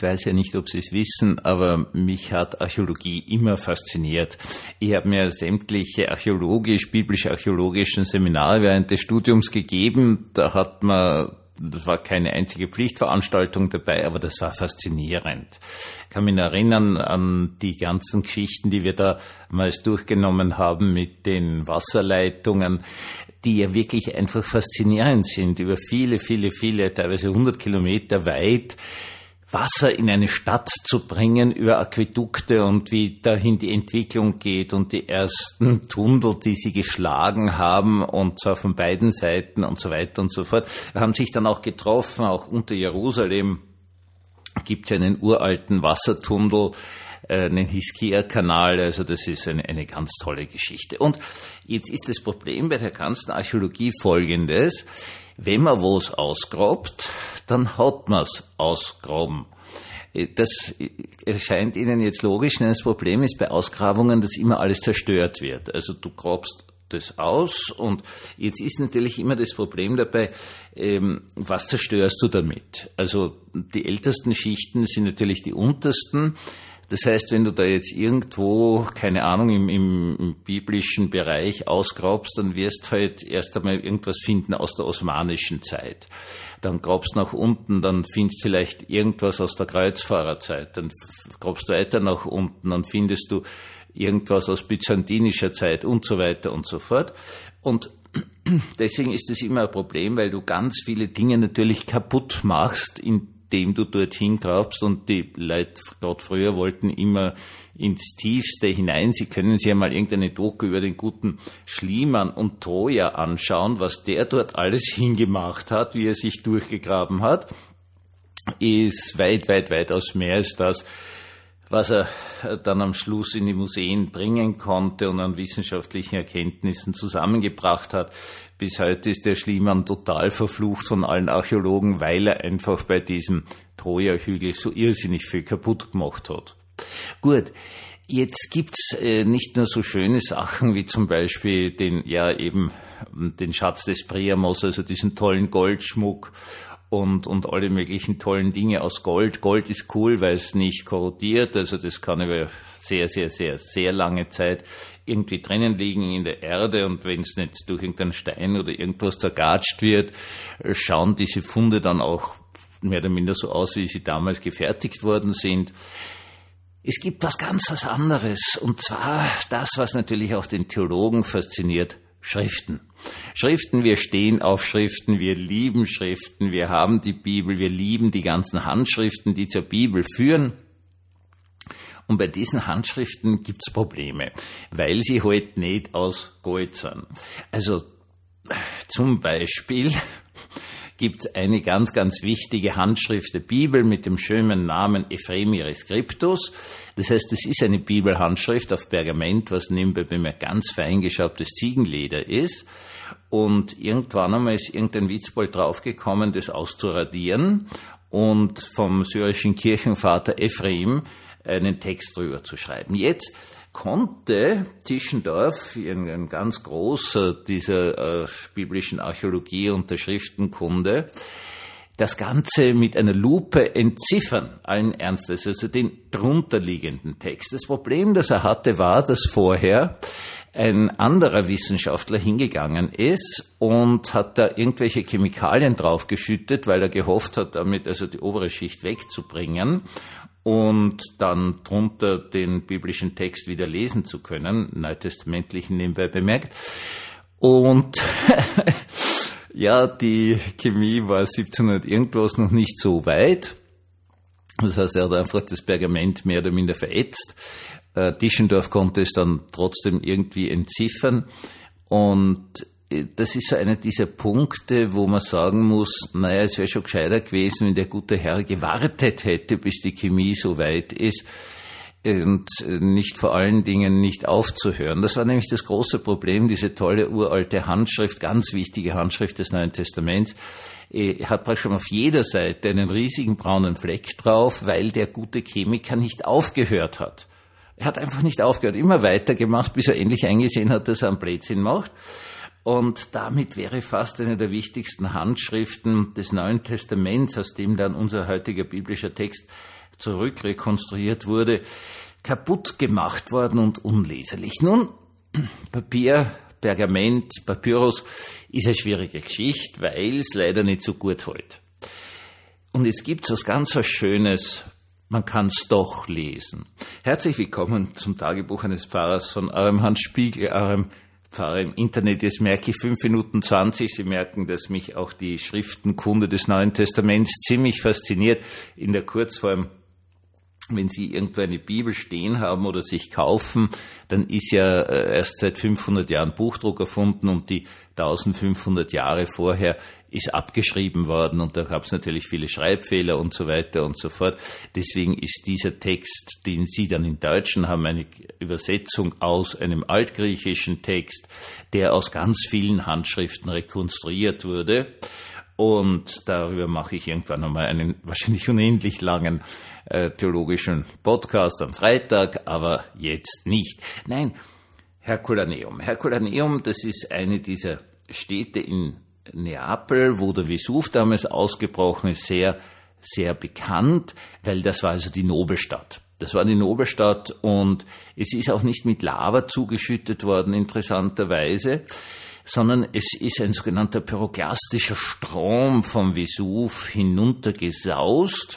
Ich weiß ja nicht, ob Sie es wissen, aber mich hat Archäologie immer fasziniert. Ich habe mir sämtliche biblisch-archäologischen Seminare während des Studiums gegeben. Das war keine einzige Pflichtveranstaltung dabei, aber das war faszinierend. Ich kann mich erinnern an die ganzen Geschichten, die wir damals durchgenommen haben mit den Wasserleitungen, die ja wirklich einfach faszinierend sind, über viele, teilweise 100 Kilometer weit Wasser in eine Stadt zu bringen über Aquädukte und wie dahin die Entwicklung geht und die ersten Tunnel, die sie geschlagen haben und zwar von beiden Seiten und so weiter und so fort, haben sich dann auch getroffen, auch unter Jerusalem gibt es einen uralten Wassertunnel, einen Hiskia-Kanal, also das ist eine ganz tolle Geschichte. Und jetzt ist das Problem bei der ganzen Archäologie folgendes: Wenn man was ausgrabt, dann hat man's ausgraben. Das erscheint Ihnen jetzt logisch, denn das Problem ist bei Ausgrabungen, dass immer alles zerstört wird. Also du grabst das aus und jetzt ist natürlich immer das Problem dabei, was zerstörst du damit? Also die ältesten Schichten sind natürlich die untersten. Das heißt, wenn du da jetzt irgendwo, keine Ahnung, im biblischen Bereich ausgrabst, dann wirst du halt erst einmal irgendwas finden aus der osmanischen Zeit. Dann grabst du nach unten, dann findest du vielleicht irgendwas aus der Kreuzfahrerzeit. Dann grabst du weiter nach unten, dann findest du irgendwas aus byzantinischer Zeit und so weiter und so fort. Und deswegen ist das immer ein Problem, weil du ganz viele Dinge natürlich kaputt machst, indem du dorthin grabst, und die Leute gerade früher wollten immer ins Tiefste hinein. Sie können sich ja mal irgendeine Doku über den guten Schliemann und Troja anschauen, was der dort alles hingemacht hat, wie er sich durchgegraben hat, ist weitaus mehr als das, was er dann am Schluss in die Museen bringen konnte und an wissenschaftlichen Erkenntnissen zusammengebracht hat. Bis heute ist der Schliemann total verflucht von allen Archäologen, weil er einfach bei diesem Troja-Hügel so irrsinnig viel kaputt gemacht hat. Gut, jetzt gibt's nicht nur so schöne Sachen wie zum Beispiel den Schatz des Priamos, also diesen tollen Goldschmuck und alle möglichen tollen Dinge aus Gold. Gold ist cool, weil es nicht korrodiert, also das kann über sehr lange Zeit irgendwie drinnen liegen in der Erde, und wenn es nicht durch irgendeinen Stein oder irgendwas zergatscht wird, schauen diese Funde dann auch mehr oder minder so aus, wie sie damals gefertigt worden sind. Es gibt was ganz anderes, und zwar das, was natürlich auch den Theologen fasziniert: Schriften. Schriften, wir stehen auf Schriften, wir lieben Schriften, wir haben die Bibel, wir lieben die ganzen Handschriften, die zur Bibel führen. Und bei diesen Handschriften gibt's Probleme, weil sie halt nicht aus Gold sind. Also zum Beispiel gibt's eine ganz wichtige Handschrift der Bibel mit dem schönen Namen Ephraemi Scriptus. Das heißt, es ist eine Bibelhandschrift auf Pergament, was nebenbei bemerkt ganz fein geschabtes Ziegenleder ist. Und irgendwann einmal ist irgendein Witzbold draufgekommen, das auszuradieren und vom syrischen Kirchenvater Ephraim einen Text drüber zu schreiben. Jetzt konnte Tischendorf, ein ganz großer dieser biblischen Archäologie und der Schriftenkunde, das Ganze mit einer Lupe entziffern, allen Ernstes, also den drunterliegenden Text. Das Problem, das er hatte, war, dass vorher ein anderer Wissenschaftler hingegangen ist und hat da irgendwelche Chemikalien draufgeschüttet, weil er gehofft hat, damit also die obere Schicht wegzubringen und dann drunter den biblischen Text wieder lesen zu können, neutestamentlichen nebenbei bemerkt. Und ja, die Chemie war 1700 irgendwas noch nicht so weit. Das heißt, er hat einfach das Pergament mehr oder minder verätzt. Tischendorf konnte es dann trotzdem irgendwie entziffern. Und das ist so einer dieser Punkte, wo man sagen muss, naja, es wäre schon gescheiter gewesen, wenn der gute Herr gewartet hätte, bis die Chemie so weit ist, und nicht vor allen Dingen nicht aufzuhören. Das war nämlich das große Problem, diese tolle uralte Handschrift, ganz wichtige Handschrift des Neuen Testaments, hat praktisch schon auf jeder Seite einen riesigen braunen Fleck drauf, weil der gute Chemiker nicht aufgehört hat. Er hat einfach nicht aufgehört, immer weitergemacht, bis er endlich eingesehen hat, dass er einen Blödsinn macht. Und damit wäre fast eine der wichtigsten Handschriften des Neuen Testaments, aus dem dann unser heutiger biblischer Text zurückrekonstruiert wurde, kaputt gemacht worden und unleserlich. Nun, Papier, Pergament, Papyrus ist eine schwierige Geschichte, weil es leider nicht so gut hält. Und jetzt gibt's was Schönes, man kann's doch lesen. Herzlich willkommen zum Tagebuch eines Pfarrers von eurem Hans Spiegel, eurem Pfarrer im Internet. Jetzt merke ich 5 Minuten 20. Sie merken, dass mich auch die Schriftenkunde des Neuen Testaments ziemlich fasziniert. In der Kurzform, wenn Sie irgendwo eine Bibel stehen haben oder sich kaufen, dann ist ja erst seit 500 Jahren Buchdruck erfunden und die 1500 Jahre vorher ist abgeschrieben worden und da gab es natürlich viele Schreibfehler und so weiter und so fort. Deswegen ist dieser Text, den Sie dann in Deutschen haben, eine Übersetzung aus einem altgriechischen Text, der aus ganz vielen Handschriften rekonstruiert wurde. Und darüber mache ich irgendwann einmal einen wahrscheinlich unendlich langen theologischen Podcast am Freitag, aber jetzt nicht. Nein, Herculaneum. Herculaneum, das ist eine dieser Städte in Neapel, wo der Vesuv damals ausgebrochen ist, sehr, sehr bekannt, weil das war also die Nobelstadt. Das war die Nobelstadt und es ist auch nicht mit Lava zugeschüttet worden, interessanterweise, sondern es ist ein sogenannter pyroklastischer Strom vom Vesuv hinuntergesaust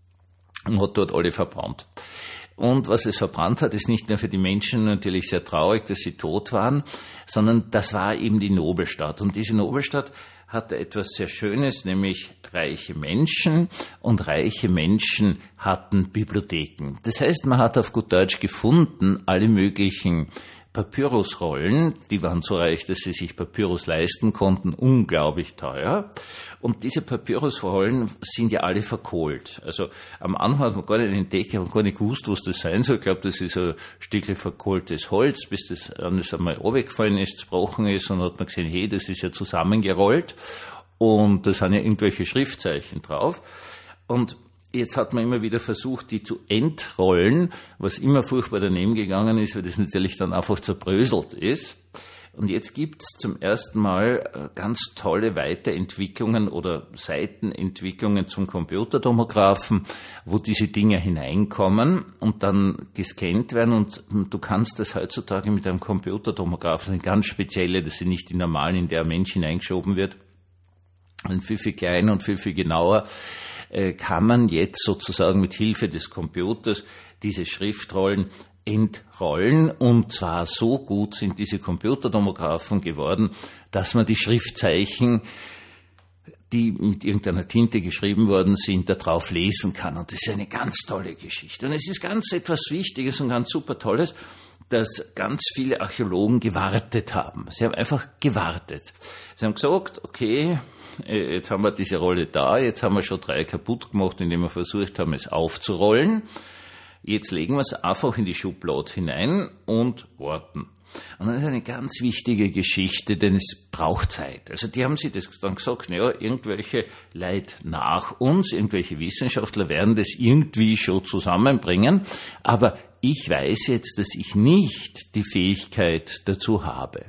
und hat dort alle verbrannt. Und was es verbrannt hat, ist nicht nur für die Menschen natürlich sehr traurig, dass sie tot waren, sondern das war eben die Nobelstadt. Und diese Nobelstadt hatte etwas sehr Schönes, nämlich reiche Menschen, und reiche Menschen hatten Bibliotheken. Das heißt, man hat auf gut Deutsch gefunden, alle möglichen Papyrusrollen, die waren so reich, dass sie sich Papyrus leisten konnten, unglaublich teuer. Und diese Papyrusrollen sind ja alle verkohlt. Also am Anfang hat man gar nicht entdeckt und gar nicht gewusst, was das sein soll. Ich glaube, das ist ein Stückchen verkohltes Holz, bis das alles einmal runtergefallen ist, zerbrochen ist, und hat man gesehen, hey, das ist ja zusammengerollt und da sind ja irgendwelche Schriftzeichen drauf. Und jetzt hat man immer wieder versucht, die zu entrollen, was immer furchtbar daneben gegangen ist, weil das natürlich dann einfach zerbröselt ist. Und jetzt gibt's zum ersten Mal ganz tolle Weiterentwicklungen oder Seitenentwicklungen zum Computertomographen, wo diese Dinger hineinkommen und dann gescannt werden. Und du kannst das heutzutage mit einem Computertomographen, eine ganz spezielle, das sind nicht die normalen, in der ein Mensch hineingeschoben wird, und viel, viel kleiner und viel, viel genauer, kann man jetzt sozusagen mit Hilfe des Computers diese Schriftrollen entrollen, und zwar so gut sind diese Computertomographen geworden, dass man die Schriftzeichen, die mit irgendeiner Tinte geschrieben worden sind, da drauf lesen kann. Und das ist eine ganz tolle Geschichte. Und es ist ganz etwas Wichtiges und ganz super Tolles, dass ganz viele Archäologen gewartet haben. Sie haben einfach gewartet. Sie haben gesagt, okay, jetzt haben wir diese Rolle da, jetzt haben wir schon 3 kaputt gemacht, indem wir versucht haben, es aufzurollen. Jetzt legen wir es einfach in die Schublade hinein und warten. Und das ist eine ganz wichtige Geschichte, denn es braucht Zeit. Also die haben sich das dann gesagt, naja, irgendwelche Leute nach uns, irgendwelche Wissenschaftler werden das irgendwie schon zusammenbringen, aber ich weiß jetzt, dass ich nicht die Fähigkeit dazu habe.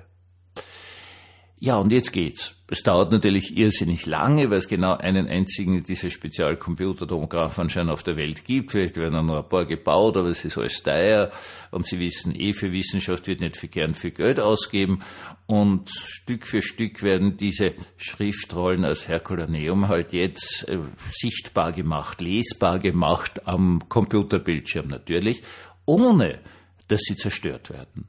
Ja, und jetzt geht's. Es dauert natürlich irrsinnig lange, weil es genau einen einzigen dieser Spezialcomputertomographen anscheinend auf der Welt gibt. Vielleicht werden dann noch ein paar gebaut, aber es ist alles teuer. Und Sie wissen für Wissenschaft wird nicht gern viel Geld ausgeben. Und Stück für Stück werden diese Schriftrollen als Herculaneum halt jetzt sichtbar gemacht, lesbar gemacht am Computerbildschirm natürlich, ohne dass sie zerstört werden.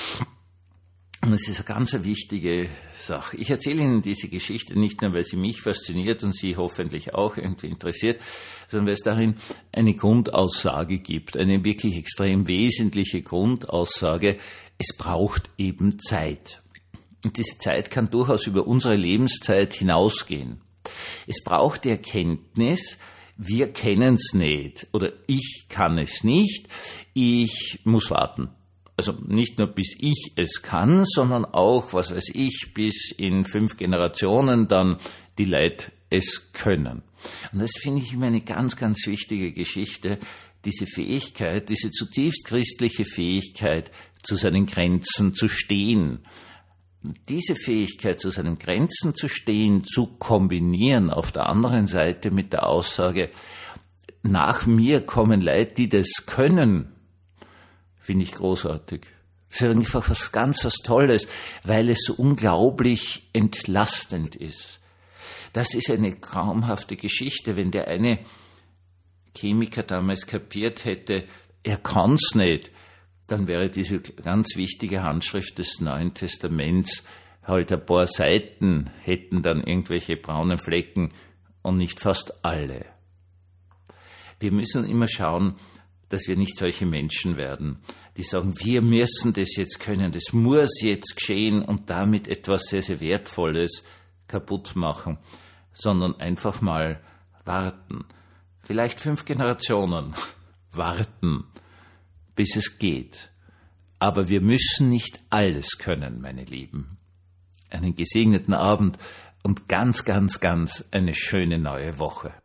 Und es ist eine ganz wichtige Sache. Ich erzähle Ihnen diese Geschichte nicht nur, weil sie mich fasziniert und Sie hoffentlich auch irgendwie interessiert, sondern weil es darin eine Grundaussage gibt, eine wirklich extrem wesentliche Grundaussage. Es braucht eben Zeit. Und diese Zeit kann durchaus über unsere Lebenszeit hinausgehen. Es braucht die Erkenntnis, wir kennen es nicht oder ich kann es nicht, ich muss warten. Also nicht nur bis ich es kann, sondern auch, was weiß ich, bis in 5 Generationen dann die Leute es können. Und das finde ich immer eine ganz, ganz wichtige Geschichte, diese Fähigkeit, diese zutiefst christliche Fähigkeit, zu seinen Grenzen zu stehen. Diese Fähigkeit, zu seinen Grenzen zu stehen, zu kombinieren auf der anderen Seite mit der Aussage, nach mir kommen Leute, die das können, finde ich großartig. Das ist einfach was Tolles, weil es so unglaublich entlastend ist. Das ist eine traumhafte Geschichte, wenn der eine Chemiker damals kapiert hätte, er kann's nicht, dann wäre diese ganz wichtige Handschrift des Neuen Testaments halt ein paar Seiten, hätten dann irgendwelche braunen Flecken und nicht fast alle. Wir müssen immer schauen, dass wir nicht solche Menschen werden, die sagen, wir müssen das jetzt können, das muss jetzt geschehen und damit etwas sehr, sehr Wertvolles kaputt machen, sondern einfach mal warten. Vielleicht 5 Generationen warten, bis es geht. Aber wir müssen nicht alles können, meine Lieben. Einen gesegneten Abend und ganz eine schöne neue Woche.